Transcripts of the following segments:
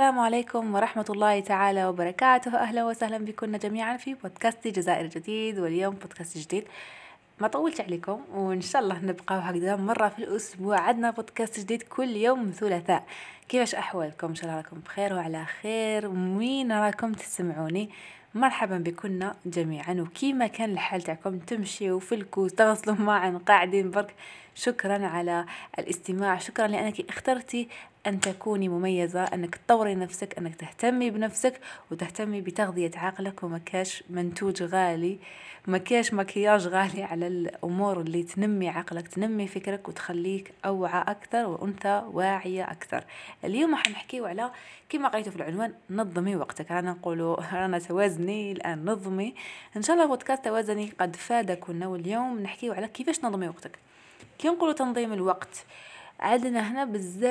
السلام عليكم ورحمة الله تعالى وبركاته. أهلا وسهلا بكم جميعا في بودكاست جزائر جديد، واليوم بودكاست جديد. ما طولش عليكم وإن شاء الله نبقى هكذا مرة في الأسبوع عندنا بودكاست جديد كل يوم ثلاثاء. كيفاش أحوالكم؟ إن شاء الله راكم بخير وعلى خير، وين راكم تسمعوني؟ مرحبا بكم جميعا، وكيما كان الحال تاعكم تمشيوا في الكوس تغسلوا معا قاعدين برك. شكرا على الاستماع، شكرا لأنك اخترتي أن تكوني مميزة، أنك تطوري نفسك، أنك تهتمي بنفسك وتهتمي بتغذية عقلك، ومكاش منتوج غالي، مكاش مكياج غالي على الأمور اللي تنمي عقلك، تنمي فكرك وتخليك أوعى أكثر وأنت واعية أكثر. اليوم حنحكيو على كما قريتوا في العنوان، نظمي وقتك. رانا نقولوا رانا توازني الآن، نظمي. إن شاء الله بودكاست توازني قد فادكن، واليوم نحكيو على كيفاش تنظمي وقتك. كي نقولوا تنظيم الوقت، عندنا هنا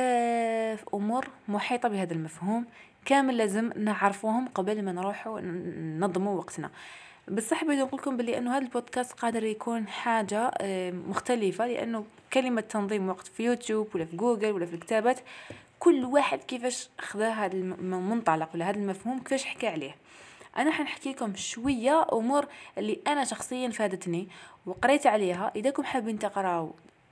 بزاف أمور محيطة بهذا المفهوم، كامل لازم نعرفوهم قبل ما نروحوا ننظموا وقتنا. بصح بدي نقول لكم بلي انه هذا البودكاست قادر يكون حاجه مختلفه، لانه كلمه تنظيم وقت في يوتيوب ولا في جوجل ولا في الكتابات، كل واحد كيفاش خذا هذا المنطلق ولا هذا المفهوم كيفاش حكى عليه. انا حنحكي لكم شويه امور اللي انا شخصيا فادتني وقريت عليها. اذا كنتم حابين تقراوا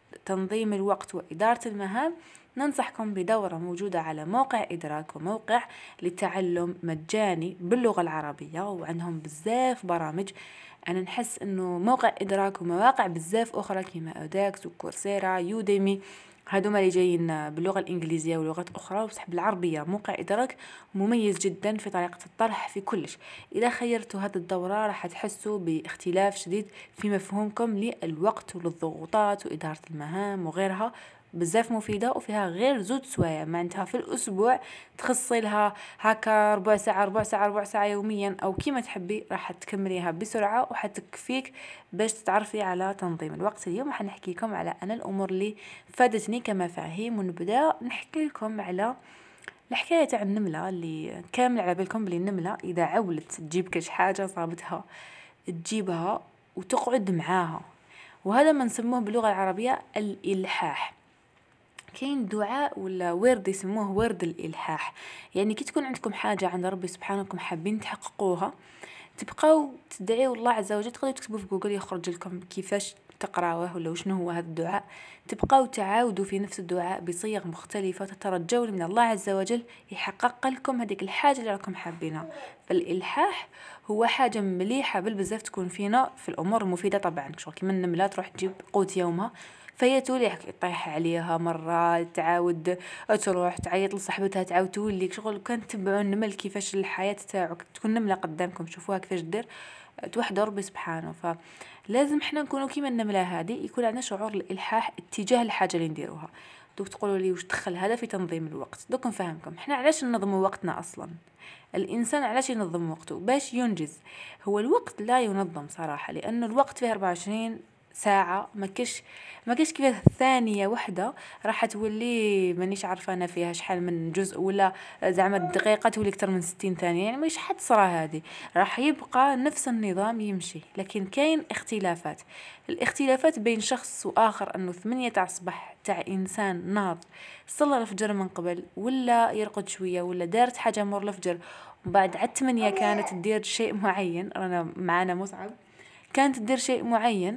تنظيم الوقت وإدارة المهام، ننصحكم بدورة موجودة على موقع إدراك، وموقع للتعلم مجاني باللغة العربية، وعندهم بزاف برامج. أنا نحس أنه موقع إدراك ومواقع بزاف أخرى كما أوداكس وكورسيرا يوديمي، هادوما اللي جايين باللغة الإنجليزية ولغات أخرى، وصح بالعربية. موقع إدراك مميز جدا في طريقة الطرح في كلش. إذا خيرتوا هذه الدورة راح تحسوا باختلاف شديد في مفهومكم للوقت وللضغوطات وإدارة المهام وغيرها. بزاف مفيدة وفيها غير زود سوايع، معناتها في الأسبوع تخصي لها هكا ربع ساعة يوميا أو كيما تحبي، راح تكمليها بسرعة وحتكفيك باش تتعرفي على تنظيم الوقت. اليوم حنحكي لكم على أنا الأمور اللي فادتني كمفاهيم، ونبدأ نحكي لكم على الحكاية تاع النملة اللي كامل على بالكم بلي النملة إذا عولت تجيب كاش حاجة صابتها تجيبها وتقعد معاها، وهذا ما نسموه باللغة العربية الإلحاح. كاين دعاء ولا ورد يسموه ورد الإلحاح، يعني كي تكون عندكم حاجة عند ربي سبحانه وتعالى حابين تحققوها، تبقاو تدعيوا الله عز وجل. تقدروا تكتبوا في جوجل يخرج لكم كيفاش تقراوه ولا وشنو هو هذا الدعاء. تبقاو تعاودوا في نفس الدعاء بصيغ مختلفة، تترجوا من الله عز وجل يحقق لكم هذيك الحاجة اللي راكم حابينها. فالإلحاح هو حاجة مليحة بالبزاف تكون فينا في الأمور المفيدة. طبعا شغل كيما النملة تروح تجيب قوت يومها، فهي تولي يطيح عليها مرة، تعاود تروح تعيط لصاحبتها تعاود توليك. شغل كان تتبعوا النمل كيفاش الحياة تاعو، تكون نملة قدامكم شوفوها كيفاش دير، توحدوا ربي سبحانه. فلازم احنا نكونوا كيما النملة هذه، يكون عندنا شعور الإلحاح اتجاه الحاجة اللي نديروها. دوك تقولوا لي واش دخل هذا في تنظيم الوقت؟ دوك نفهمكم احنا علاش ننظموا وقتنا اصلا. الانسان علاش ينظم وقته؟ باش ينجز. هو الوقت لا ينظم صراحة، لأنه الوقت فيه 24 ساعة، ما كاش كيف ثانية واحدة راح تولي مانيش عارفة أنا فيها شحال من جزء، ولا زعما الدقيقة تولي أكثر من 60 ثانية، يعني مش حد صرا هذه. راح يبقى نفس النظام يمشي، لكن كاين اختلافات. الاختلافات بين شخص وآخر أنه 8 تاع الصباح تاع إنسان ناض صلى الفجر من قبل، ولا يرقد شوية، ولا دارت حاجة مور الفجر وبعد عد 8 كانت تدير شيء معين. رانا معانا مصعب كانت تدير شيء معين،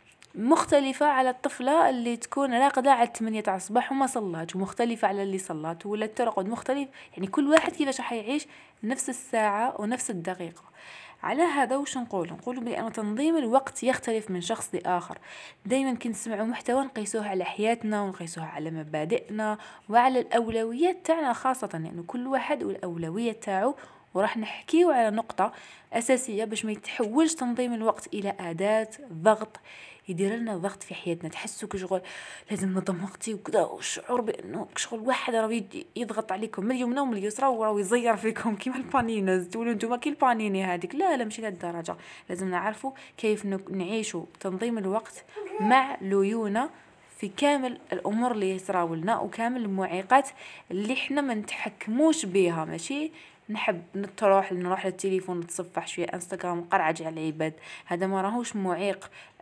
مختلفة على الطفلة اللي تكون راقدة على 8 تاع الصباح وما صلات، ومختلفة على اللي صلات ولا ترقد مختلف. يعني كل واحد كيفاش راح يعيش نفس الساعة ونفس الدقيقة. على هذا وش نقول بأن تنظيم الوقت يختلف من شخص لآخر. دايما كنسمعوا محتوى نقيسوه على حياتنا ونقيسوه على مبادئنا وعلى الأولويات تاعنا خاصة، لأنه يعني كل واحد والأولوية تاعو. وراح نحكيو على نقطة أساسية باش ما يتحولش تنظيم الوقت إلى أداة ضغط، يدير لنا ضغط في حياتنا. تحسوا كشغل لازم ننظم وقتي وكذا، والشعور بانه كشغل واحد راه يضغط عليكم من اليمنى ومن اليسرى وراه يزير فيكم كيما البانينز. تقولوا نتوما كي البانيني هذيك، لا ماشي لهالدرجه. لازم نعرفوا كيف نعيشوا تنظيم الوقت مع ليونه في كامل الامور اللي يصراو لنا، وكامل المعيقات اللي احنا ما نتحكموش بها. ماشي نحب نروح للتليفون نتصفح شويه انستغرام قرعج على العباد، هذا ما راهوش معيق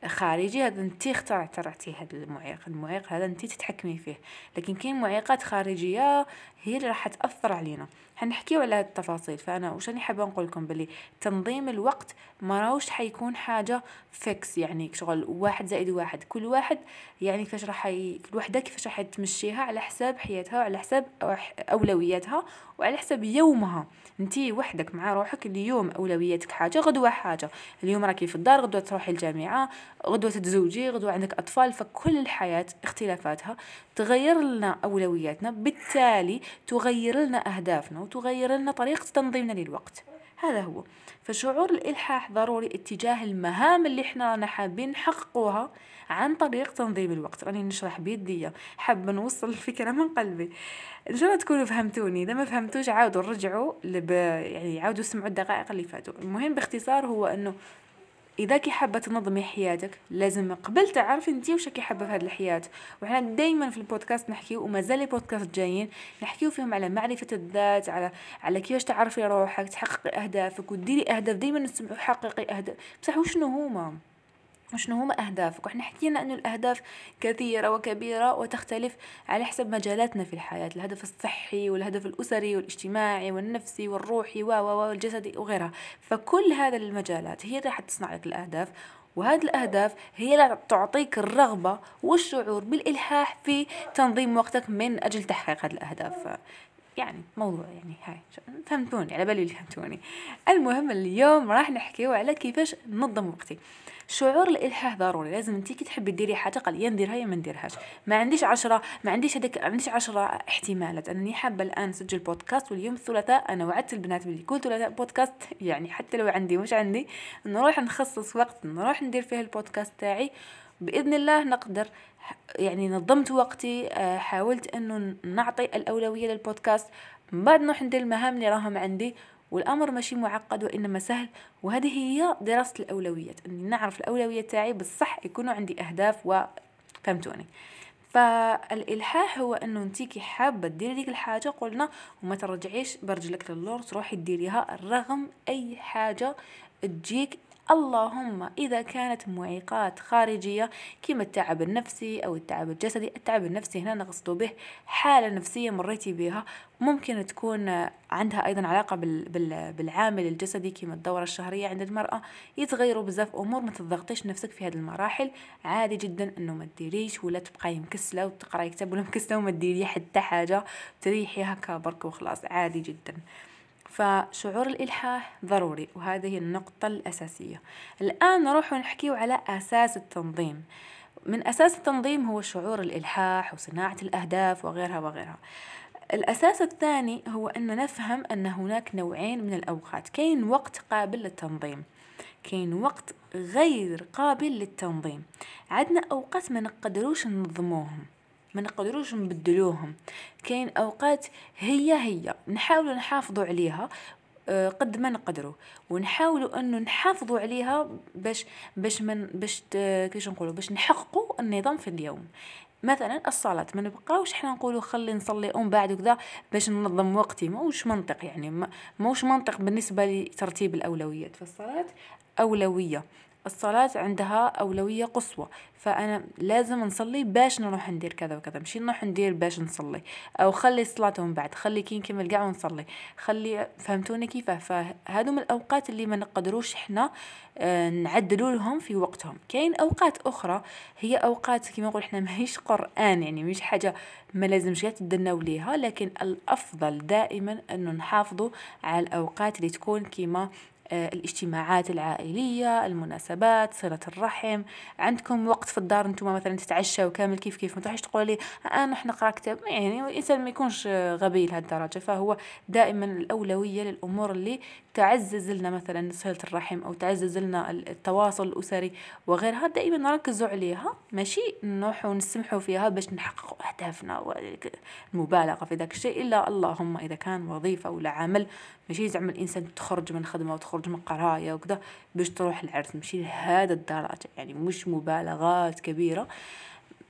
خارجي هذا انت اخترعتيه هذا المعيق هذا انت تتحكمي فيه. لكن كاين معيقات خارجيه هي اللي راح تاثر علينا. حنحكيو على هذه التفاصيل. فانا واش راني حابه نقول لكم بلي تنظيم الوقت ما راهوش حيكون حاجه فيكس، يعني شغل 1+1. كل واحد يعني كيفاش كل وحده كيفاش راح تمشيها على حساب حياتها وعلى حساب اولوياتها وعلى حساب يومها. انتي وحدك مع روحك، اليوم اولوياتك حاجه، غدوه حاجه. اليوم راكي في الدار، غدوه تروحي الجامعه، غدوه تتزوجي، غدوه عندك اطفال. فكل الحياه اختلافاتها تغير لنا اولوياتنا، بالتالي تغير لنا اهدافنا وتغير لنا طريقه تنظيمنا للوقت. هذا هو. فشعور الإلحاح ضروري اتجاه المهام اللي احنا رانا حابين نحققوها عن طريق تنظيم الوقت. راني نشرح بيديا، حابه نوصل الفكره من قلبي. ان شاء الله تكونوا فهمتوني. اذا ما فهمتوش عاودوا رجعوا يعني عاودوا سمعوا الدقائق اللي فاتوا. المهم باختصار هو انه اذا كي حابه تنظمي حياتك لازم قبل تعرفي انتي واش كي حابه في هذه الحياه. وحنا دائما في البودكاست نحكيو، ومازال البودكاست جايين نحكيو فيهم على معرفه الذات، على كيفاش تعرفي روحك، تحققي اهدافك وتديري اهداف. دائما نسمعوا حققي اهداف، بصح وشنو هما أهدافك. وإحنا حكينا أنه الأهداف كثيرة وكبيرة وتختلف على حسب مجالاتنا في الحياة. الهدف الصحي والهدف الأسري والاجتماعي والنفسي والروحي والجسدي وغيرها. فكل هذه المجالات هي راح تصنع لك الأهداف، وهذه الأهداف هي اللي تعطيك الرغبة والشعور بالإلحاح في تنظيم وقتك من أجل تحقيق هذه الأهداف. يعني موضوع يعني هاي فهمتوني، على بالي اللي فهمتوني. المهم اليوم راح نحكيو على كيفاش ننظم وقتي. شعور الإلحاح ضروري. لازم انتي كي تحبي ديري حاجه قال يا نديرها يا ما نديرهاش. ما عنديش 10 احتمالات. انني حابه الان نسجل بودكاست، واليوم الثلاثاء انا وعدت البنات باللي كل ثلاثاء بودكاست، يعني حتى لو عندي مش عندي نروح نخصص وقت نروح ندير فيه البودكاست تاعي باذن الله نقدر. يعني نظمت وقتي، حاولت انه نعطي الاولويه للبودكاست، من بعد نروح ندير المهام اللي راهم عندي. والامر ماشي معقد وانما سهل. وهذه هي دراسه الاولويات، اني نعرف الاولويه تاعي بالصح، يكونوا عندي اهداف فهمتوني. فالالحاح هو انه انتي كي حابه ديري ديك الحاجه قلنا، وما ترجعيش برجلك للور تروحي ديريها رغم اي حاجه تجيك. اللهم إذا كانت معيقات خارجية كما التعب النفسي أو التعب الجسدي. التعب النفسي هنا نقصد به حالة نفسية مريتي بها، ممكن تكون عندها أيضا علاقة بالعامل الجسدي كما الدورة الشهرية عند المرأة. يتغيروا بزاف أمور، ما تضغطيش نفسك في هذه المراحل. عادي جدا أنه ما تديريش ولا تبقاي مكسلة وتقرأي كتاب ولا مكسلة وما تديري حتى حاجة، تريحي هكا برك وخلاص، عادي جدا. فشعور الإلحاح ضروري، وهذه هي النقطة الأساسية. الآن نروح نحكيه على أساس التنظيم. من أساس التنظيم هو شعور الإلحاح وصناعة الأهداف وغيرها وغيرها. الأساس الثاني هو أن نفهم أن هناك نوعين من الأوقات. كاين وقت قابل للتنظيم، كاين وقت غير قابل للتنظيم. عندنا أوقات ما نقدروش ننظموهم، ما نقدروش نبدلوهم. كاين اوقات هي نحاولوا نحافظوا عليها قد ما نقدروا، ونحاولوا انه نحافظوا عليها كيش نقولوا باش نحققوا النظام في اليوم. مثلا الصلاة، ما نبقاوش احنا نقولوا خلي نصلي بعد وكذا باش ننظم وقتي. موش منطق، يعني موش منطق بالنسبة لترتيب الأولويات. فالصلاة أولوية، الصلاة عندها أولوية قصوى. فأنا لازم نصلي باش نروح ندير كذا وكذا، مش نروح ندير باش نصلي. أو خلي الصلاة من بعد، خلي كي نكمل قاع ونصلي، خلي. فهمتوني كيف؟ فهذو من الأوقات اللي ما نقدروش إحنا نعدلوا لهم في وقتهم. كاين أوقات أخرى هي أوقات كما نقول إحنا ماهيش قرآن، يعني مش حاجة ما لازمش تدناو ليها، لكن الأفضل دائما أنه نحافظوا على الأوقات اللي تكون كما الاجتماعات العائلية، المناسبات، صلة الرحم. عندكم وقت في الدار انتم مثلا تتعشوا كامل كيف ما تروحيش تقولوا لي انا نقرا كتاب. يعني الانسان ما يكونش غبي لهالدرجه. فهو دائما الاولويه للامور اللي تعزز لنا مثلا صلة الرحم او تعزز لنا التواصل الاسري وغيرها، دائما نركزوا عليها، ماشي نروحوا نسمحوا فيها باش نحققوا اهدافنا والمبالغه في ذاك الشيء. الا اللهم اذا كان وظيفه ولا عمل، ماشي زعما الانسان تخرج من خدمه وتخرج من قرايه وكذا باش تروح العرس، ماشي لهذا الدرجه، يعني مش مبالغات كبيره.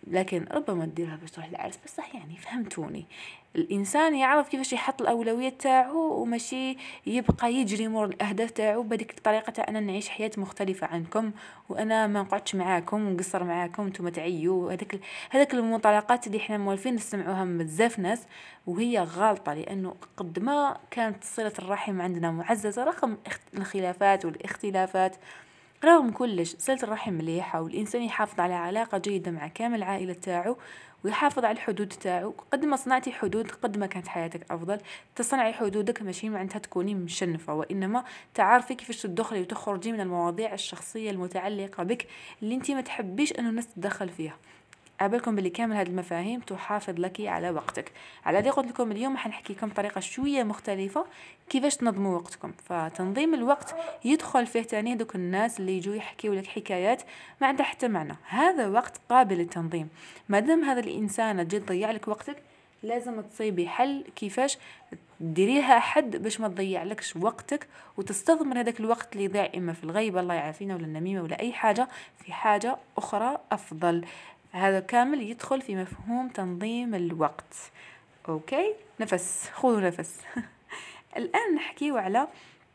لكن ربما تديرها باش تروح للعرس، بس صح يعني فهمتوني. الانسان يعرف كيفاش يحط الاولويات تاعو وماشي يبقى يجري مور الاهداف تاعو بهذيك الطريقه تاع انا نعيش حياه مختلفه عنكم وانا ما نقعدش معاكم ونقصر معاكم نتوما تعيوا. هذاك المنطلقات اللي احنا موالفين نسمعوها من بزاف ناس وهي غالطه، لانه قد ما كانت صله الرحم عندنا معززه رغم الخلافات والاختلافات، رغم كلش صلة الرحم مليحة، والإنسان يحافظ على علاقة جيدة مع كامل العائلة تاعو ويحافظ على الحدود تاعو. قد ما صنعتي حدود قد ما كانت حياتك أفضل. تصنعي حدودك ماشي معناتها تكوني مشنفة، وإنما تعرفي كيفاش تدخلي وتخرجي من المواضيع الشخصية المتعلقة بك اللي انتي ما تحبيش أنه الناس تدخل فيها. عبالكم باللي كامل هذه المفاهيم تحافظ لك على وقتك. على ذي قلت لكم اليوم حنحكي لكم طريقة شوية مختلفة كيفاش تنظموا وقتكم. فتنظيم الوقت يدخل فيه تاني دوك الناس اللي يجوا يحكيوا لك حكايات ما عندها حتى معنى. هذا وقت قابل للتنظيم. ما دام هذا الإنسان جد ضيع لك وقتك لازم تصيبي حل كيفاش ديري لها حد باش ما تضيع لكش وقتك وتستثمر هذاك الوقت اللي يضيع اما في الغيبه الله يعافينا ولا النميمه ولا اي حاجه في حاجه اخرى افضل. هذا كامل يدخل في مفهوم تنظيم الوقت. اوكي، نفس، خذوا نفس. الان نحكيو على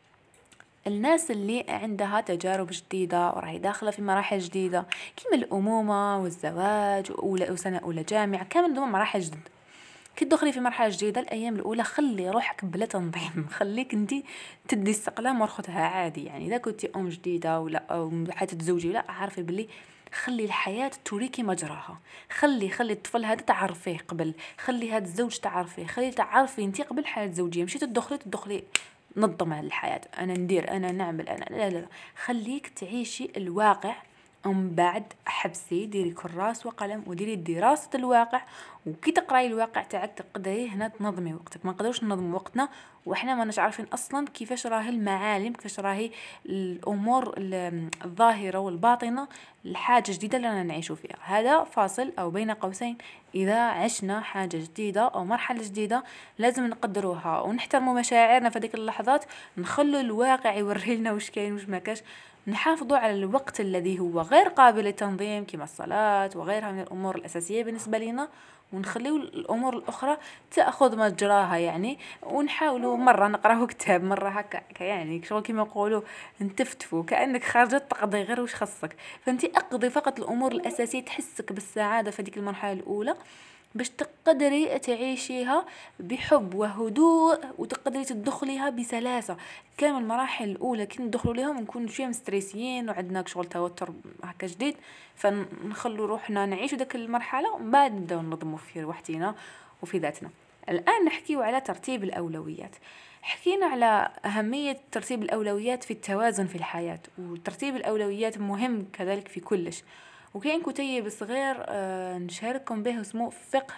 الناس اللي عندها تجارب جديدة وراهي داخلة في مراحل جديدة كيما الأمومة والزواج وسنة أولى جامعة، كامل دوما مراحل جديدة. كي تدخلي في مرحلة جديدة الأيام الأولى خلي روحك بلا تنظيم. خليك انتي تدي استقلام ورخدها عادي. يعني إذا كنتي أم جديدة ولا حتتزوجي ولا عارفة باللي خلي الحياة توريكي مجراها. خلي الطفل هذا تعرفيه قبل، خلي هذا الزوج تعرفيه، خلي تعرفي انتي قبل الحياة الزوجية. مشي تدخلي نظم الحياة، أنا ندير، أنا نعمل، أنا لا. خليك تعيشي الواقع. ومن بعد حبسي ديري كراس وقلم وديري دراسة الواقع، وكي تقراي الواقع تاعك تقدري هنا تنظمي وقتك. ما نقدروش ننظم وقتنا واحنا ما نش عارفين اصلا كيفاش راهي المعالم، كيفاش راهي الامور الظاهره والباطنه الحاجه جديده اللي رانا نعيشوا فيها. هذا فاصل او بين قوسين، اذا عشنا حاجه جديده او مرحله جديده لازم نقدروها ونحترموا مشاعرنا في هذيك اللحظات. نخلوا الواقع يوري لنا واش كاين واش ما كاش. نحافظوا على الوقت الذي هو غير قابل للتنظيم كما الصلاة وغيرها من الأمور الأساسية بالنسبة لنا، ونخليو الأمور الأخرى تأخذ مجراها. يعني ونحاولوا مرة نقرأه كتاب، مرة هكا يعني شغل كما يقولوا نتفتفوا كأنك خارجة تقضي غير وش خصك. فأنت أقضي فقط الأمور الأساسية تحسك بالسعادة في هذيك المرحلة الأولى باش تقدري تعيشيها بحب وهدوء وتقدري تدخليها بسلاسة. كامل المراحل الأولى كي ندخلوا لهم نكون شوية مستريسيين وعندنا شغل توتر هكا جديد، فنخلوا روحنا نعيشوا داك المرحلة ومن بعد نبداو ننظموا في روحتنا وفي ذاتنا. الآن نحكيو على ترتيب الأولويات. حكينا على أهمية ترتيب الأولويات في التوازن في الحياة، وترتيب الأولويات مهم كذلك في كلش. وكاين كتيب صغير نشارككم به اسمه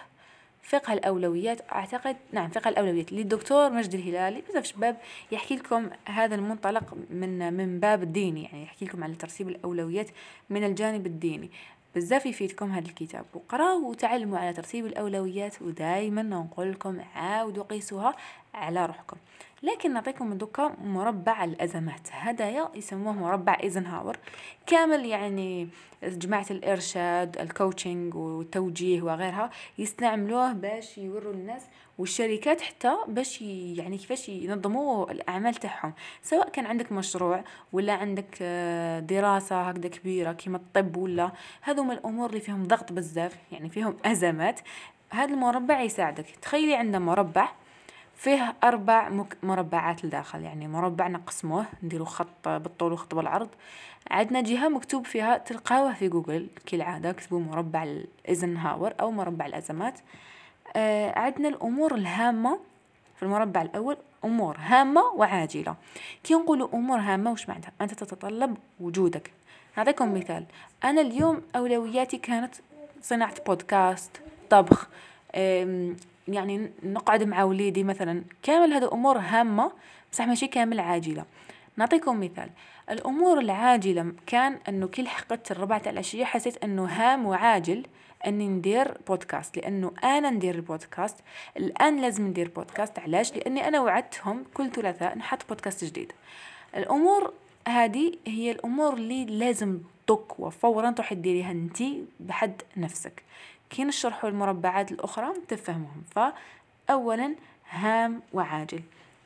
فقه الأولويات، أعتقد نعم فقه الأولويات للدكتور مجد الهلالي. بزاف شباب يحكي لكم هذا المنطلق من باب الديني، يعني يحكي لكم على ترتيب الأولويات من الجانب الديني. بزاف يفيدكم هذا الكتاب، وقراوا وتعلموا على ترتيب الأولويات. ودائما نقول لكم عاودوا قيسوها على روحكم. لكن نعطيكم من دوكا مربع الأزمات. هذا يسموه مربع إيزنهاور. كامل يعني جماعة الإرشاد الكوتشنج والتوجيه وغيرها يستعملوه باش يوروا الناس والشركات حتى باش يعني كيفاش ينظموا الأعمال تاعهم. سواء كان عندك مشروع ولا عندك دراسة هكذا كبيرة كيما الطب، ولا هذو من الأمور اللي فيهم ضغط بزاف يعني فيهم أزمات. هذا المربع يساعدك. تخيلي عندنا مربع فيه 4 مربعات لداخل. يعني مربع نقسموه نديرو خط بالطول وخط بالعرض. عندنا جهة مكتوب فيها، تلقاوه في جوجل كالعادة اكتبوا مربع ايزنهاور أو مربع الأزمات. عندنا الأمور الهامة في المربع الأول، أمور هامة وعاجلة. كي نقولوا أمور هامة وش معناتها؟ أنت تتطلب وجودك. نعطيكم مثال. أنا اليوم أولوياتي كانت صناعة بودكاست، طبخ، يعني نقعد مع وليدي مثلا. كامل هذا أمور هامة بصح ماشي كامل عاجلة. نعطيكم مثال. الأمور العاجلة كان أنه كي لحقت 4 العشية حسيت أنه هام وعاجل أني ندير بودكاست، لأنه أنا ندير البودكاست الآن. لازم ندير بودكاست. علاش؟ لأني أنا وعدتهم كل ثلاثاء نحط بودكاست جديد. الأمور هذه هي الأمور اللي لازم دوك وفورا تروحي ديريها انتي بحد نفسك. كاين الشرح والمربعات الأخرى تفهمهم. فأولا هام وعاجل.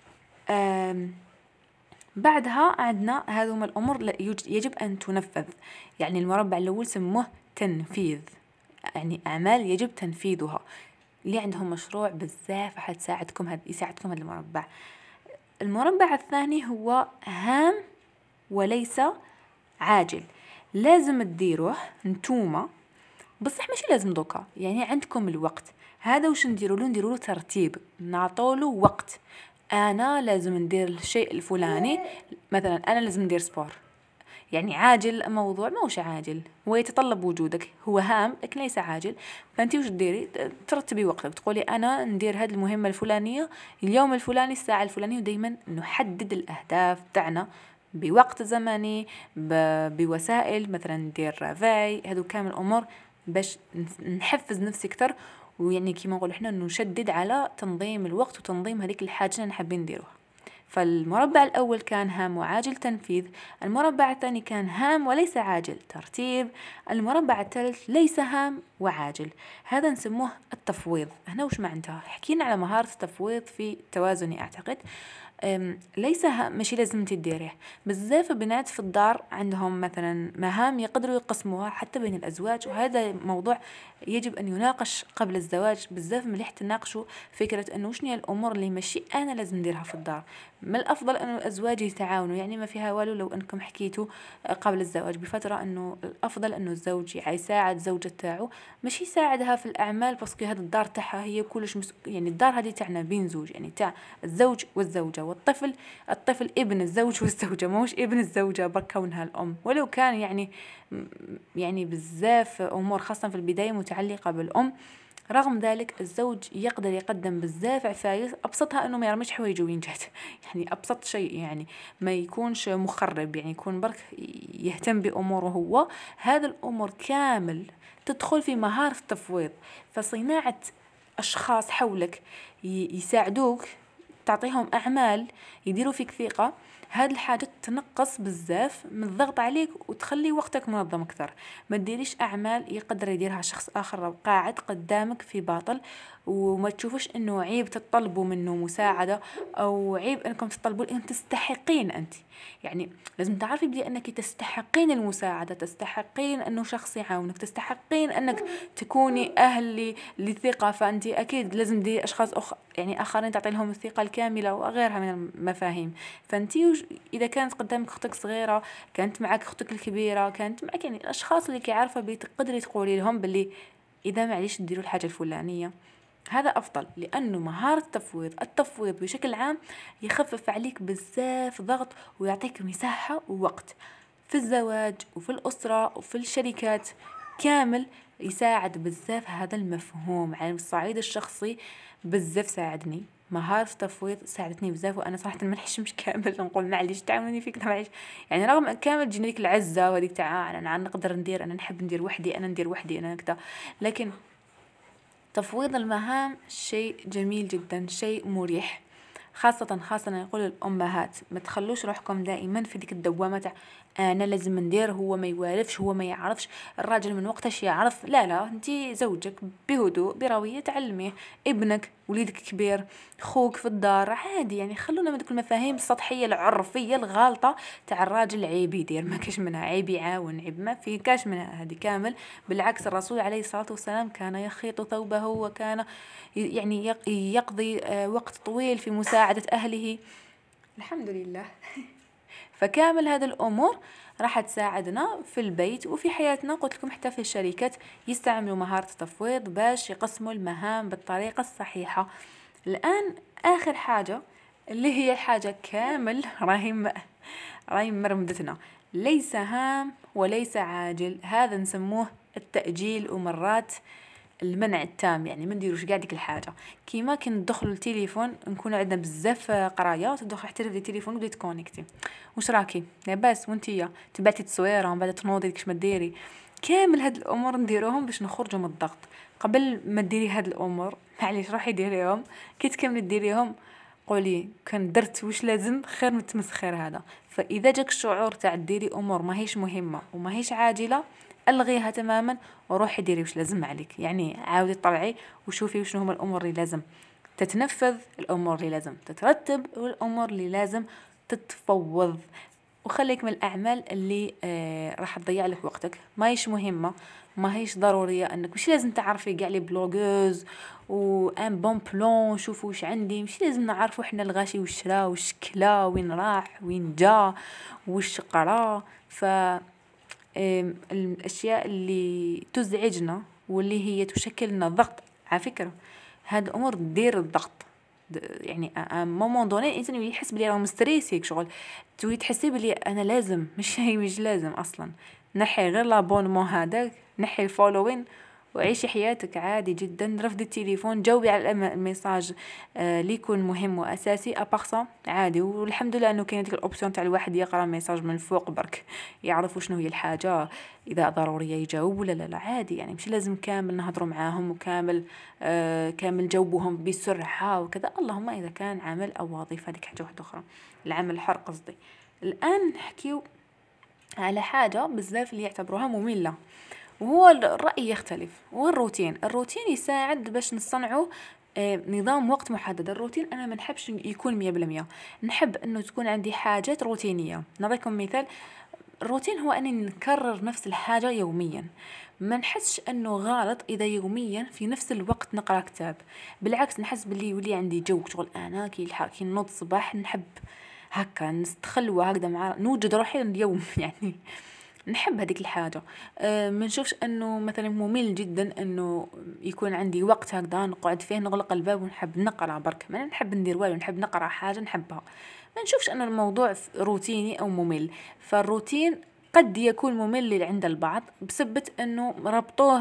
بعدها عندنا هذوما الأمور يجب أن تنفذ. يعني المربع الأول سموه تنفيذ، يعني أعمال يجب تنفيذها. اللي عندهم مشروع بزاف حتساعدكم يساعدكم هذا المربع. المربع الثاني هو هام وليس عاجل. لازم تديروه نتوما، بصح ماشي لازم دوكا. يعني عندكم الوقت هذا وش نديروا له ترتيب، نعطوله وقت. انا لازم ندير الشيء الفلاني، مثلا انا لازم ندير سبور. يعني عاجل موضوع موش عاجل، هو يتطلب وجودك، هو هام لكن ليس عاجل. فانتي وش تديري؟ ترتبي وقتك، تقولي انا ندير هذه المهمة الفلانية اليوم الفلاني الساعة الفلانية. ودايما نحدد الاهداف تاعنا بوقت زمني، بوسائل، مثلا ندير رافاي. هذو كامل امور باش نحفز نفسي اكثر، ويعني كيما نقولوا احنا نشدد على تنظيم الوقت وتنظيم هذيك الحاجة اللي حابين نديروها. فالمربع الأول كان هام وعاجل تنفيذ، المربع الثاني كان هام وليس عاجل ترتيب، المربع الثالث ليس هام وعاجل، هذا نسموه التفويض. هنا وش معناتها؟ حكينا على مهارة التفويض في التوازن أعتقد. ليس ماشي لازم تديره. بزاف بنات في الدار عندهم مثلا مهام يقدروا يقسموها حتى بين الأزواج، وهذا موضوع يجب أن يناقش قبل الزواج. بزاف مليح تناقشوا فكرة أنه شنو هي الأمور اللي ماشي أنا لازم نديرها في الدار. من الأفضل أن الأزواج يتعاونوا، يعني ما فيها والو لو أنكم حكيتوا قبل الزواج بفترة أنه الأفضل أنه الزوج يساعد زوجة تاعو، مش يساعدها في الأعمال، بس هذا الدار تاعها هي كلش يعني الدار هذه تاعنا بين زوج، يعني تاع الزوج والزوجة، والطفل ابن الزوج والزوجة، موش ابن الزوجة بكونها الأم. ولو كان يعني بزاف أمور خاصة في البداية متعلقة بالأم، رغم ذلك الزوج يقدر يقدم بزاف عفايس، أبسطها أنه ما يرميش حوايجه وين جات. يعني أبسط شيء، يعني ما يكونش مخرب، يعني يكون برك يهتم بأموره هو. هذا الأمور كامل تدخل في مهارة التفويض. فصناعة أشخاص حولك يساعدوك، تعطيهم أعمال يديروا فيك ثقة، هذه الحاجة تنقص بزاف من الضغط عليك وتخلي وقتك منظم أكثر. ما تديريش أعمال يقدر يديرها شخص آخر قاعد قدامك في باطل، وما تشوفش أنه عيب تطلبوا منه مساعدة أو عيب أنكم تطلبوا، أن تستحقين أنت. يعني لازم تعرفي بدي أنك تستحقين المساعدة، تستحقين أنه شخص يعاونك، تستحقين أنك تكوني أهل للثقة. فأنت أكيد لازم دي أشخاص يعني آخرين تعطي لهم الثقة الكاملة وغيرها من المفاهيم. فأنت إذا كانت قدامك أختك صغيرة، كانت معك أختك الكبيرة، كانت معك يعني الأشخاص اللي كيعرفوا بتقدري تقولي لهم باللي إذا معليش تديروا الحاجة الفلانية، هذا أفضل. لأنه مهارة التفويض بشكل عام يخفف عليك بزاف ضغط ويعطيك مساحة ووقت في الزواج وفي الأسرة وفي الشركات كامل. يساعد بزاف هذا المفهوم على الصعيد الشخصي. بزاف ساعدني مهارة التفويض، ساعدتني بزاف. وأنا صراحة ما نحشمش كامل نقول معليش تعاونوني فيك معليش، يعني رغم كامل تجيني ديك العزة وهذيك تاع أنا نقدر ندير، أنا نحب ندير وحدي، أنا ندير وحدي، أنا كذا. لكن تفويض المهام شيء جميل جدا، شيء مريح، خاصة يقول الأمهات ما تخلوش روحكم دائما في ديك الدوامة تاع أنا لازم ندير، هو ما يوالفش، هو ما يعرفش، الراجل من وقتاش يعرف. لا انتي زوجك بهدوء بروية تعلميه، ابنك وليدك كبير، خوك في الدار عادي. يعني خلونا من ديك المفاهيم السطحية العرفية الغالطة تاع الراجل عيب يدير، ما كاش منها عيب يعاون، عيب ما في كاش منها هذه كامل. بالعكس الرسول عليه الصلاة والسلام كان يخيط ثوبه، وكان يعني يقضي وقت طويل في مساعدة أهله، الحمد لله. فكامل هذه الأمور راح تساعدنا في البيت وفي حياتنا. قلت لكم حتى في الشركات يستعملوا مهارة التفويض باش يقسموا المهام بالطريقة الصحيحة. الآن آخر حاجة اللي هي حاجة كامل راهي مرمدتنا، ليس هام وليس عاجل، هذا نسموه التأجيل ومرات المنع التام. يعني ما نديروش قاع ديك الحاجه. كيما كي ندخلوا التليفون نكون عندنا بزاف قرايه، تدخل حتى في التليفون وبديت كونيكتي، واش راكي لاباس وانتيا تبعتي تصويره ومن بعد تنوضي كيش ما ديري. كامل هاد الامور نديروهم باش نخرجوا من الضغط. قبل ما ديري هاد الامور معليش روحي ديريهم، كي تكملي ديريهم قولي كان درت واش لازم خير من التمسخير هذا. فاذا جاك الشعور تاع ديري امور ماهيش مهمه وماهيش عاجله، الغيها تماما وروحي ديري واش لازم عليك. يعني عاودي طلعي وشوفي وشنو هما الامور اللي لازم تتنفذ، الامور اللي لازم تترتب، والامور اللي لازم تتفوض. وخليك من الاعمال اللي راح تضيع لك وقتك، ماهيش مهمه، ماهيش ضروريه. انك مش لازم تعرفي كاع لي بلوغوز وان بون بلون شوفوا واش عندي، مش لازم نعرفوا حنا الغاشي واش راه واش كلا وين راح وين جا واش قرا. ف الاشياء اللي تزعجنا واللي هي تشكل لنا ضغط، على فكره هاد الامور دير الضغط. يعني مومون دوني الانسان يحس بلي راه مستريسي شغل، توي تحسي بلي انا لازم، مش هي مش لازم اصلا. نحي غير لابونمون هذاك، نحي الفولوين وعيشي حياتك عادي جدا. رفدي التليفون، جاوبي على الميساج اللي يكون مهم واساسي، ابارسا عادي. والحمد لله انه كاين ديك الاوبسيون تاع الواحد يقرا ميساج من فوق برك يعرفوا شنو هي الحاجه، اذا ضروريه يجاوب ولا لا عادي. يعني مش لازم كامل نهضروا معاهم وكامل كامل جاوبوهم بسرعه وكذا. اللهم اذا كان عمل او وظيفه هذيك حاجه واحده اخرى، العمل الحر قصدي. الان نحكيو على حاجه بزاف اللي يعتبروها ممله، وهو الرأي يختلف. هو الروتين يساعد باش نصنعوا نظام وقت محدد. الروتين أنا ما نحبش يكون 100%، نحب أنه تكون عندي حاجات روتينية. نعطيكم مثال، الروتين هو أني نكرر نفس الحاجة يوميا. ما نحسش أنه غلط إذا يوميا في نفس الوقت نقرأ كتاب، بالعكس نحس باللي يولي عندي جو شغل. أنا كي نوض الصباح نحب هكا نستخلوا هكذا مع نوجد روحي اليوم يعني نحب هذيك الحاجة. ما نشوفش انه مثلا ممل جدا انه يكون عندي وقت هكذا نقعد فيه نغلق الباب ونحب نقرا برك. ما نحب ندير والو، نحب نقرا حاجة نحبها. ما نشوفش ان الموضوع روتيني او ممل. فالروتين قد يكون ممل عند البعض بسبب انه ربطوه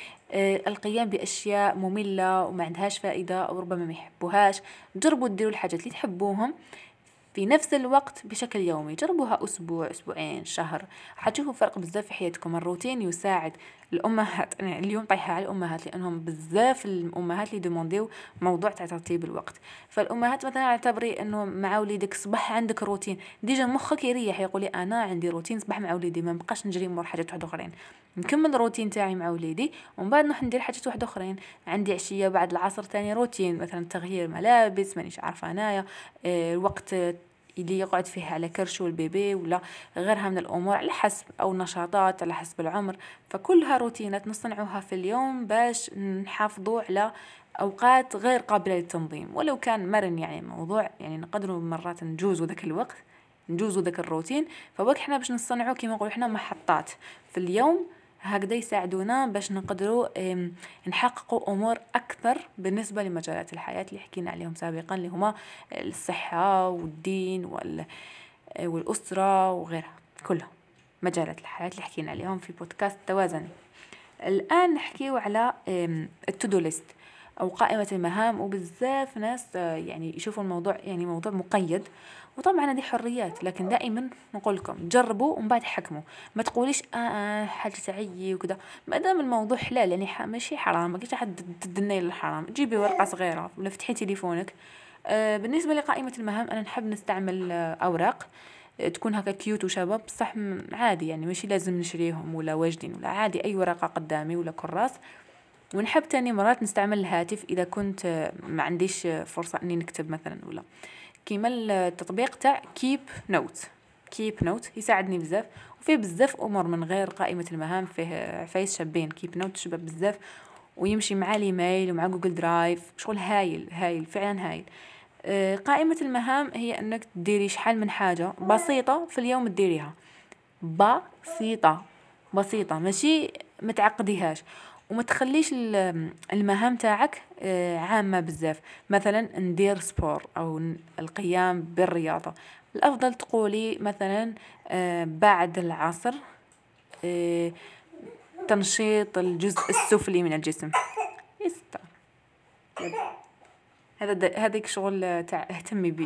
بالقيام باشياء مملة وما عندهاش فائدة او ربما ما يحبوهاش. جربوا ديروا الحاجات اللي تحبوهم في نفس الوقت بشكل يومي، جربوها أسبوع أسبوعين شهر، حتشوفوا فرق بزاف في حياتكم. الروتين يساعد الأمهات، أنا اليوم طايحة على الأمهات لأنهم بزاف الأمهات اللي ديمونديو موضوع ترتيب الوقت. فالأمهات مثلا اعتبري أنه مع وليدك صباح عندك روتين، ديجا مخك يريح يقولي أنا عندي روتين صباح مع وليدي، ما بقاش نجري مور حاجات واحد أخرين. نكمل الروتين تاعي مع وليدي ومن بعد نروح ندير حاجات واحد أخرين. عندي عشية بعد العصر تاني روتين، مثلا تغيير ملابس، مانيش عارفة أنايا الوقت اللي يقعد فيه على كرشه البيبي ولا غيرها من الأمور، على حسب أو نشاطات على حسب العمر. فكلها روتينات نصنعوها في اليوم باش نحافظوا على أوقات غير قابلة للتنظيم ولو كان مرن. يعني موضوع يعني نقدروا مرات نجوزوا ذاك الوقت، نجوزوا ذاك الروتين. فوقت حنا باش نصنعوا كما نقولوا حنا محطات في اليوم هكذا يساعدونا باش نقدروا نحققوا امور اكثر بالنسبه لمجالات الحياه اللي حكينا عليهم سابقا، اللي هما الصحه والدين والاسره وغيرها، كلها مجالات الحياه اللي حكينا عليهم في بودكاست توازن. الان نحكيو على التودو ليست او قائمه المهام. وبزاف ناس يعني يشوفوا الموضوع يعني موضوع مقيد، وطبعا هذه حريات، لكن دائما نقول لكم جربوا ومن بعد حكموا. ما تقوليش حاجه تعي وكذا، ما دام الموضوع حلال يعني ماشي حرام. ما كاينش حد تدني للحرام، جيبي ورقه صغيره ولا فتحي تليفونك. بالنسبه لقائمه المهام انا نحب نستعمل اوراق تكون هكا كيوت وشباب صح عادي. يعني ماشي لازم نشريهم ولا واجدين، ولا عادي اي ورقه قدامي ولا كراس. ونحب تاني مرات نستعمل الهاتف اذا كنت ما عنديش فرصه اني نكتب مثلا، ولا كيما التطبيق تاع كيب نوت يساعدني بزاف. وفيه بزاف امور من غير قائمه المهام، فيه عفايس شابين. كيب نوت شباب بزاف ويمشي مع الايميل ومع جوجل درايف، شغل هايل فعلا هايل. قائمه المهام هي انك تديري شحال من حاجه بسيطه في اليوم تديريها، بسيطه ماشي متعقديهاش. وما تخليش المهام تاعك عامة بزاف. مثلا ندير سبور أو القيام بالرياضة، الأفضل تقولي مثلا بعد العصر تنشيط الجزء السفلي من الجسم. هذيك شغل تاع اهتمي بيه.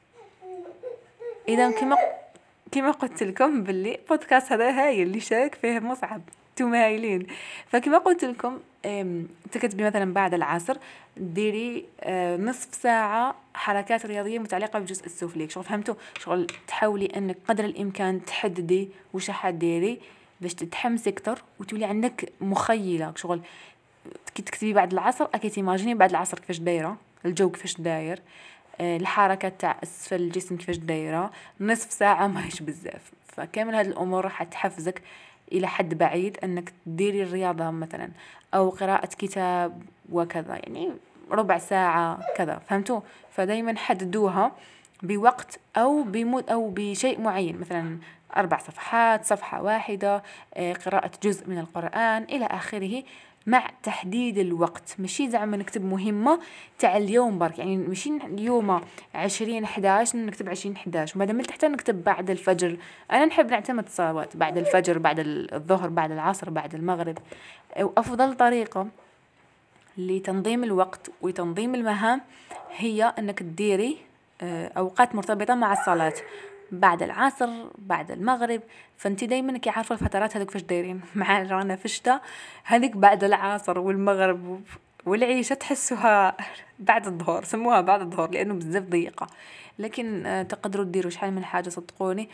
إذا كما قلت لكم باللي بودكاست هذا هايل اللي شارك فيه مصعب، انتم هايلين. فكما قلت لكم تكتبي مثلا بعد العصر ديري نصف ساعة حركات رياضية متعلقة بالجزء السفلي. شغل فهمتوا؟ شغل تحاولي انك قدر الامكان تحددي وش حديري باش تتحمسي اكتر وتولي عندك مخيلة. شغل كي تكتبي بعد العصر اكيد تيماجيني بعد العصر كيفاش دايرة الجو، كيفاش داير، الحركات تاع اسفل الجسم كيفاش دايره. نصف ساعه ماهيش بزاف، فكامل هذه الامور راح تحفزك الى حد بعيد انك تديري الرياضه مثلا او قراءه كتاب وكذا، يعني ربع ساعه كذا. فهمتوا؟ فدايما حددوها بوقت او بمود او بشيء معين، مثلا 4 صفحات، صفحه واحده، قراءه جزء من القرآن الى اخره، مع تحديد الوقت. ماشي زعما نكتب مهمة تاع اليوم برك، يعني ماشي اليوم 20/11 نكتب 20/11 وبعد من حتى نكتب بعد الفجر. أنا نحب نعتمد الصلوات بعد الفجر، بعد الظهر، بعد العصر، بعد المغرب. وأفضل طريقة لتنظيم الوقت وتنظيم المهام هي أنك تديري أوقات مرتبطة مع الصلاة، بعد العصر، بعد المغرب. فانت دايما كي عارفه الفترات هذوك فاش دايرين مع رانا في الشتاء، هذيك بعد العصر والمغرب والعيشه تحسوها بعد الظهر، سموها بعد الظهر لانه بزاف ضيقه. لكن تقدروا ديروا شحال من حاجه صدقوني.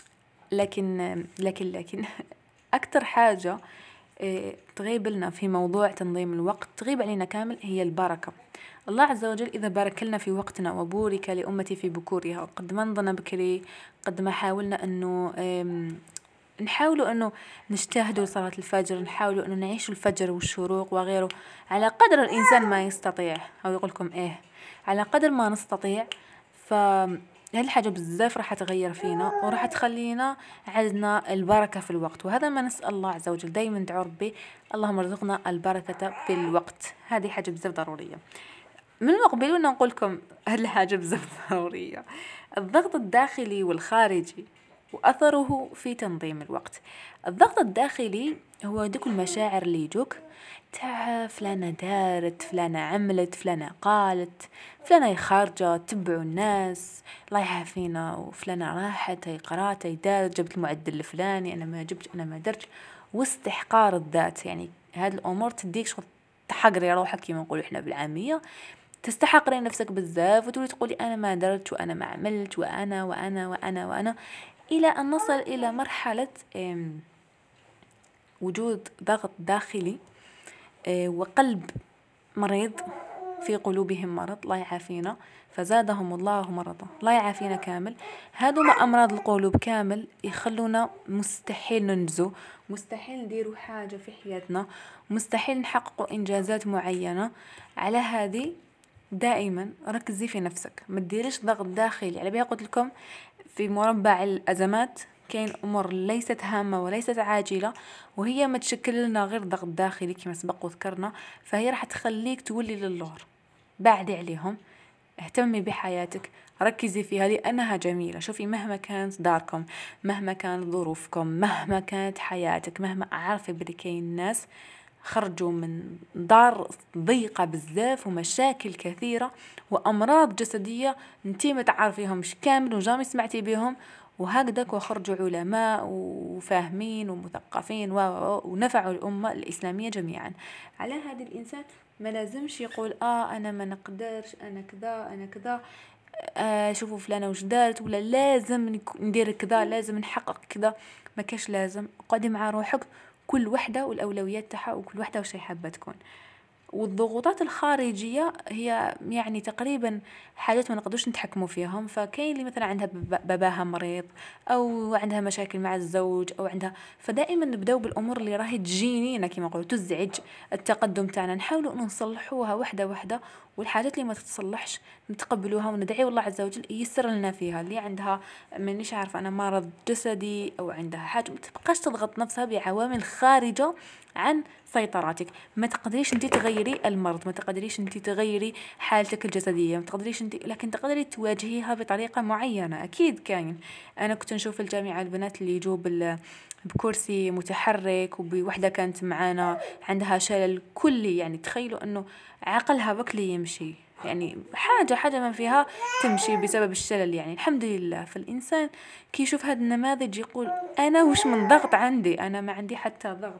لكن اكثر حاجه تغيب لنا في موضوع تنظيم الوقت، تغيب علينا كامل، هي البركه. الله عز وجل إذا بارك لنا في وقتنا وبورك لأمتي في بكورها، قد ما نضنا بكري، قد ما حاولنا أنه نحاولوا أنه نجتهدوا لصلاة الفجر، نحاولوا أنه نعيش الفجر والشروق وغيره على قدر الإنسان ما يستطيع، أو يقولكم على قدر ما نستطيع. هالحاجة بزاف راح تغير فينا وراح تخلينا عندنا البركة في الوقت. وهذا ما نسأل الله عز وجل، دايما ندعو ربي اللهم ارزقنا البركة في الوقت. هذه حاجة بزاف ضرورية. من المقبل نقول لكم هالحاجة بزاف ضرورية، الضغط الداخلي والخارجي وأثره في تنظيم الوقت. الضغط الداخلي هو ديك المشاعر اللي يجوك تاع فلانة دارت، فلانة عملت، فلانة قالت، فلانة خارجة تبعوا الناس الله يعافينا، وفلانة راحت هي قرات هي دارت جبت المعدل الفلاني، أنا ما جبت، أنا ما درت. واستحقار الذات، يعني هذه الأمور تديك شغل تحقري روحك كما نقولوا احنا بالعامية، تستحقري نفسك بزاف وتقولي تقولي أنا ما درت وأنا ما عملت وأنا وأنا وأنا وأنا، إلى أن نصل إلى مرحلة وجود ضغط داخلي وقلب مريض، في قلوبهم مرض الله يعافينا، فزادهم الله مرضا الله يعافينا كامل. هذوما أمراض القلوب كامل يخلونا مستحيل ننجزوا، مستحيل نديروا حاجة في حياتنا، مستحيل نحققوا إنجازات معينة. على هذه دائما ركزي في نفسك، ما تديريش ضغط داخلي. على بها قلت لكم في مربع الأزمات كاين أمور ليست هامة وليست عاجلة، وهي ما تشكل لنا غير ضغط داخلي كما سبق وذكرنا، فهي راح تخليك تولي للور. بعدي عليهم، اهتمي بحياتك، ركزي فيها لأنها جميلة. شوفي مهما كانت داركم، مهما كانت ظروفكم، مهما كانت حياتك، مهما أعرفي بلي كاين الناس خرجوا من دار ضيقة بزاف ومشاكل كثيرة وأمراض جسدية انتي ما تعرفيهمش كامل وجامي سمعتي بهم، وهكذاك وخرجوا علماء وفاهمين ومثقفين ونفعوا الأمة الإسلامية جميعا. على هذا الإنسان ما لازمش يقول أنا ما نقدرش، أنا كذا، أنا كذا، شوفوا فلانة وش دارت، ولا لازم ندير كذا، لازم نحقق كذا. ما كاش لازم. قعدي مع روحك، كل وحدة والأولويات تاعها، وكل وحدة وش حابة تكون. والضغوطات الخارجية هي يعني تقريبا حاجات ما نقدرش نتحكموا فيهم. فكاين اللي مثلا عندها باباها مريض أو عندها مشاكل مع الزوج أو عندها، فدائما نبداو بالأمور اللي راهي تجينينا كما نقولوا تزعج التقدم تاعنا، نحاولوا نصلحوها وحدة وحدة. والحاجات اللي ما تتصلحش نتقبلوها وندعي الله عز وجل ييسر لنا فيها. اللي عندها مانيش عارفه انا مرض جسدي او عندها حاجه، ما تبقاش تضغط نفسها بعوامل خارجه عن سيطرتك. ما تقدريش انت تغيري المرض، ما تقدريش انت تغيري حالتك الجسديه، ما تقدريش انت، لكن تقدري تواجهيها بطريقه معينه. اكيد كاين، انا كنت نشوف الجامعه البنات اللي يجوا بكرسي متحرك، وبوحده كانت معانا عندها شلل كلي، يعني تخيلوا انه عقلها بكلي يمشي، يعني حاجة ما فيها تمشي بسبب الشلل. يعني الحمد لله. فالإنسان كي يشوف هذا النماذج يقول أنا وش من ضغط عندي، أنا ما عندي حتى ضغط،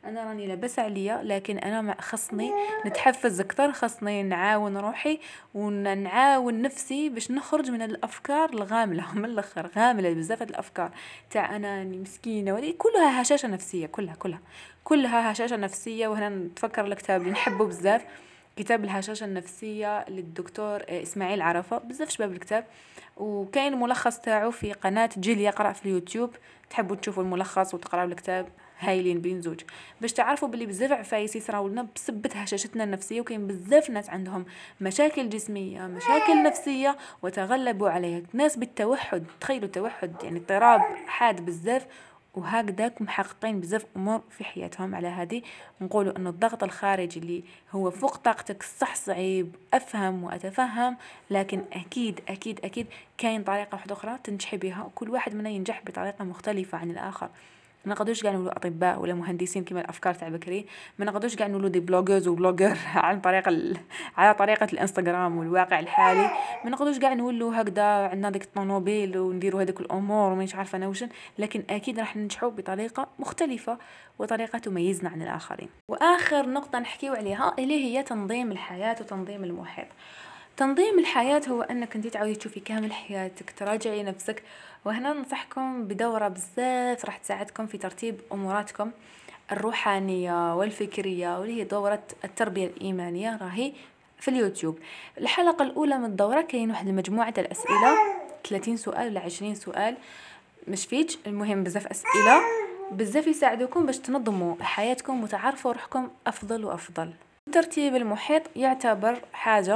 انا راني لاباس عليا، لكن انا خصني نتحفز اكثر، خصني نعاون روحي ونعاون نفسي باش نخرج من الافكار الغامله من الاخر، غامله بزاف هاد الافكار تاع انا راني مسكينه، ولي كلها هشاشه نفسيه، كلها هشاشه نفسيه. وهنا نتفكر الكتاب اللي نحبه بزاف، كتاب الهشاشه النفسيه للدكتور اسماعيل عرفه، بزاف شباب الكتاب. وكاين ملخص تاعو في قناه جيل يقرا في اليوتيوب، تحبوا تشوفوا الملخص وتقراوا الكتاب، هايلين بين زوج، باش تعرفوا باللي بزاف عفايس يصراو لنا بسبة هشاشتنا النفسيه. وكاين بزاف ناس عندهم مشاكل جسميه، مشاكل نفسيه، وتغلبوا عليها. ناس بالتوحد، تخيلوا التوحد يعني اضطراب حاد بزاف، وهكذاك محققين بزاف امور في حياتهم. على هذه نقولوا ان الضغط الخارجي اللي هو فوق طاقتك صح صعيب، افهم واتفهم، لكن اكيد اكيد اكيد كاين طريقه واحده اخرى تنجحي بها، وكل واحد منا ينجح بطريقه مختلفه عن الاخر. ما نقدرش كاع نقولوا اطباء ولا مهندسين كما الافكار تاع بكري، ما نقدرش كاع نقولوا دي بلوغرز وبلوغر عن طريق على طريقه الانستغرام والواقع الحالي. ما نقدرش كاع نقولوا هكذا عندنا ديك الطوموبيل ونديروا هذيك الامور ومانيش عارفه انا وشن، لكن اكيد راح ننجحوا بطريقه مختلفه وطريقه تميزنا عن الاخرين. واخر نقطه نحكيو عليها اللي هي تنظيم الحياه وتنظيم المحيط. تنظيم الحياة هو أنك أنت تعودي تشوفي كامل حياتك، تراجعي نفسك. وهنا ننصحكم بدورة بزاف راح تساعدكم في ترتيب أموراتكم الروحانية والفكرية، واللي هي دورة التربية الإيمانية، راهي في اليوتيوب. الحلقة الأولى من الدورة كاين واحد مجموعة الأسئلة، 30 سؤال ولا 20 سؤال، مش فيج، المهم بزاف أسئلة بزاف يساعدوكم باش تنظموا حياتكم وتعرفوا روحكم أفضل وأفضل. ترتيب المحيط يعتبر حاجة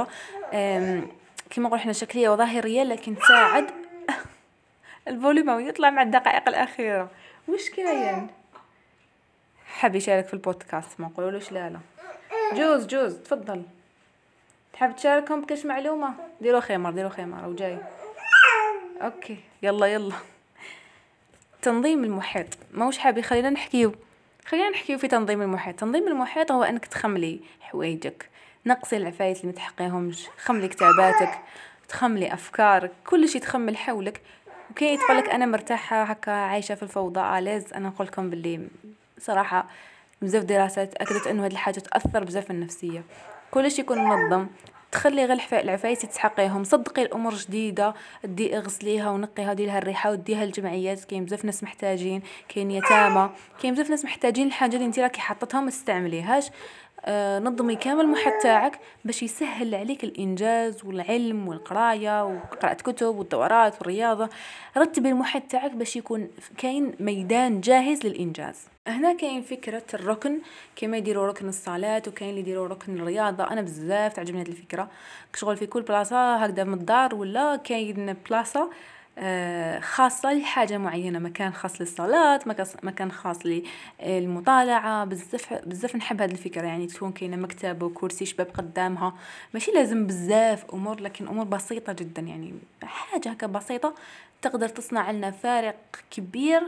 كما نقول احنا شكلية وظاهرية، لكن تساعد الفوليوم يطلع مع الدقائق الأخيرة. وش كاين حاب يشارك في البودكاست؟ ما نقولولوش لا. جوز تفضل، تحب تشاركهم بكاش معلومة؟ ديروا خيمر وجاي. اوكي يلا. تنظيم المحيط موش حابي، خلينا نحكيو في تنظيم المحيط. تنظيم المحيط هو انك تخملي حوايجك، نقصي العفايس اللي متحقيهمش، خملي كتاباتك، تخملي افكارك، كل شيء تخمل حولك. وكي تقولك انا مرتاحه هكا عايشه في الفوضى آليز، انا نقول لكم باللي صراحه بزاف دراسات اكدت انه هذه الحاجه تاثر بزاف في النفسيه. كل شيء يكون منظم، تخلي غير العفايس تسحقيهم، صدقي الامور جديده دي اغسليها ونقيها وديرها الريحه وديها الجمعيات. كاين بزاف ناس محتاجين، كاين يتامى، كاين بزاف ناس محتاجين الحاجه اللي انت راكي حاطتها ما تستعمليهاش. نظمي كامل المحيط تاعك باش يسهل عليك الانجاز والعلم والقرايه وقراءه كتب والدورات والرياضه. رتبي المحيط تاعك باش يكون كاين ميدان جاهز للانجاز. هنا كاين فكره الركن، كما يديروا ركن الصلاه، وكاين اللي يديروا ركن الرياضه. انا بزاف تعجبني هذه الفكره، شغل في كل بلاصه هكذا من الدار ولا كاين بلاصه خاصة لحاجة معينة، مكان خاص للصلاة، مكان خاص للمطالعة. بزاف نحب هذه الفكرة، يعني تكون كاينة مكتب وكرسي شباب قدامها، ماشي لازم بزاف أمور، لكن أمور بسيطة جدا، يعني حاجة هكا بسيطة تقدر تصنع لنا فارق كبير.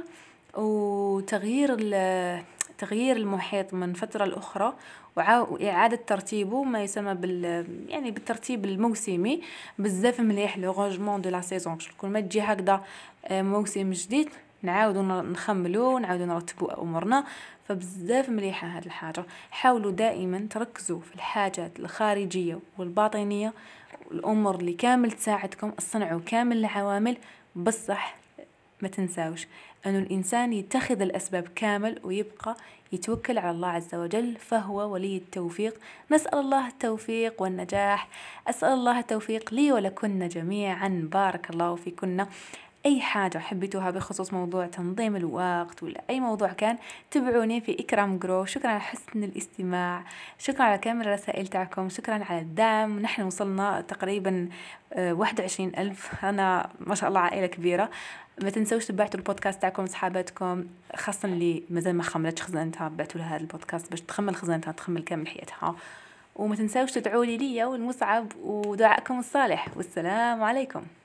وتغيير تغيير المحيط من فترة لأخرى وإعادة ترتيبه، ما يسمى يعني بالترتيب الموسمي، بزاف مليح لو رونجمون دو لا سيزون. كل ما تجي هكذا موسم جديد نعاودوا نخملوا، نعاودوا نرتبوا امورنا، فبزاف مليحه هذه الحاجه. حاولوا دائما تركزوا في الحاجات الخارجيه والباطنيه، الامور اللي كامل تساعدكم، اصنعوا كامل العوامل، بصح ما تنساوش أن الإنسان يتخذ الأسباب كامل ويبقى يتوكل على الله عز وجل، فهو ولي التوفيق. نسأل الله التوفيق والنجاح، أسأل الله التوفيق لي ولكن جميعا، بارك الله فيكن. أي حاجة حبيتوها بخصوص موضوع تنظيم الوقت ولا أي موضوع كان، تبعوني في إكرام جرو. شكرا على حسن الاستماع، شكرا على كامل الرسائل تاعكم، شكرا على الدعم. نحن وصلنا تقريبا 21,000، أنا ما شاء الله عائلة كبيرة. ما تنسوش تبعتوا البودكاست تاعكم لصحاباتكم، خاصة اللي مازال ما خملتش خزانتها، بعتوا لها هذا البودكاست باش تخمل خزانتها، تخمل كامل حياتها. وما تنسوش تدعوا لي والمصعب ودعائكم الصالح. والسلام عليكم.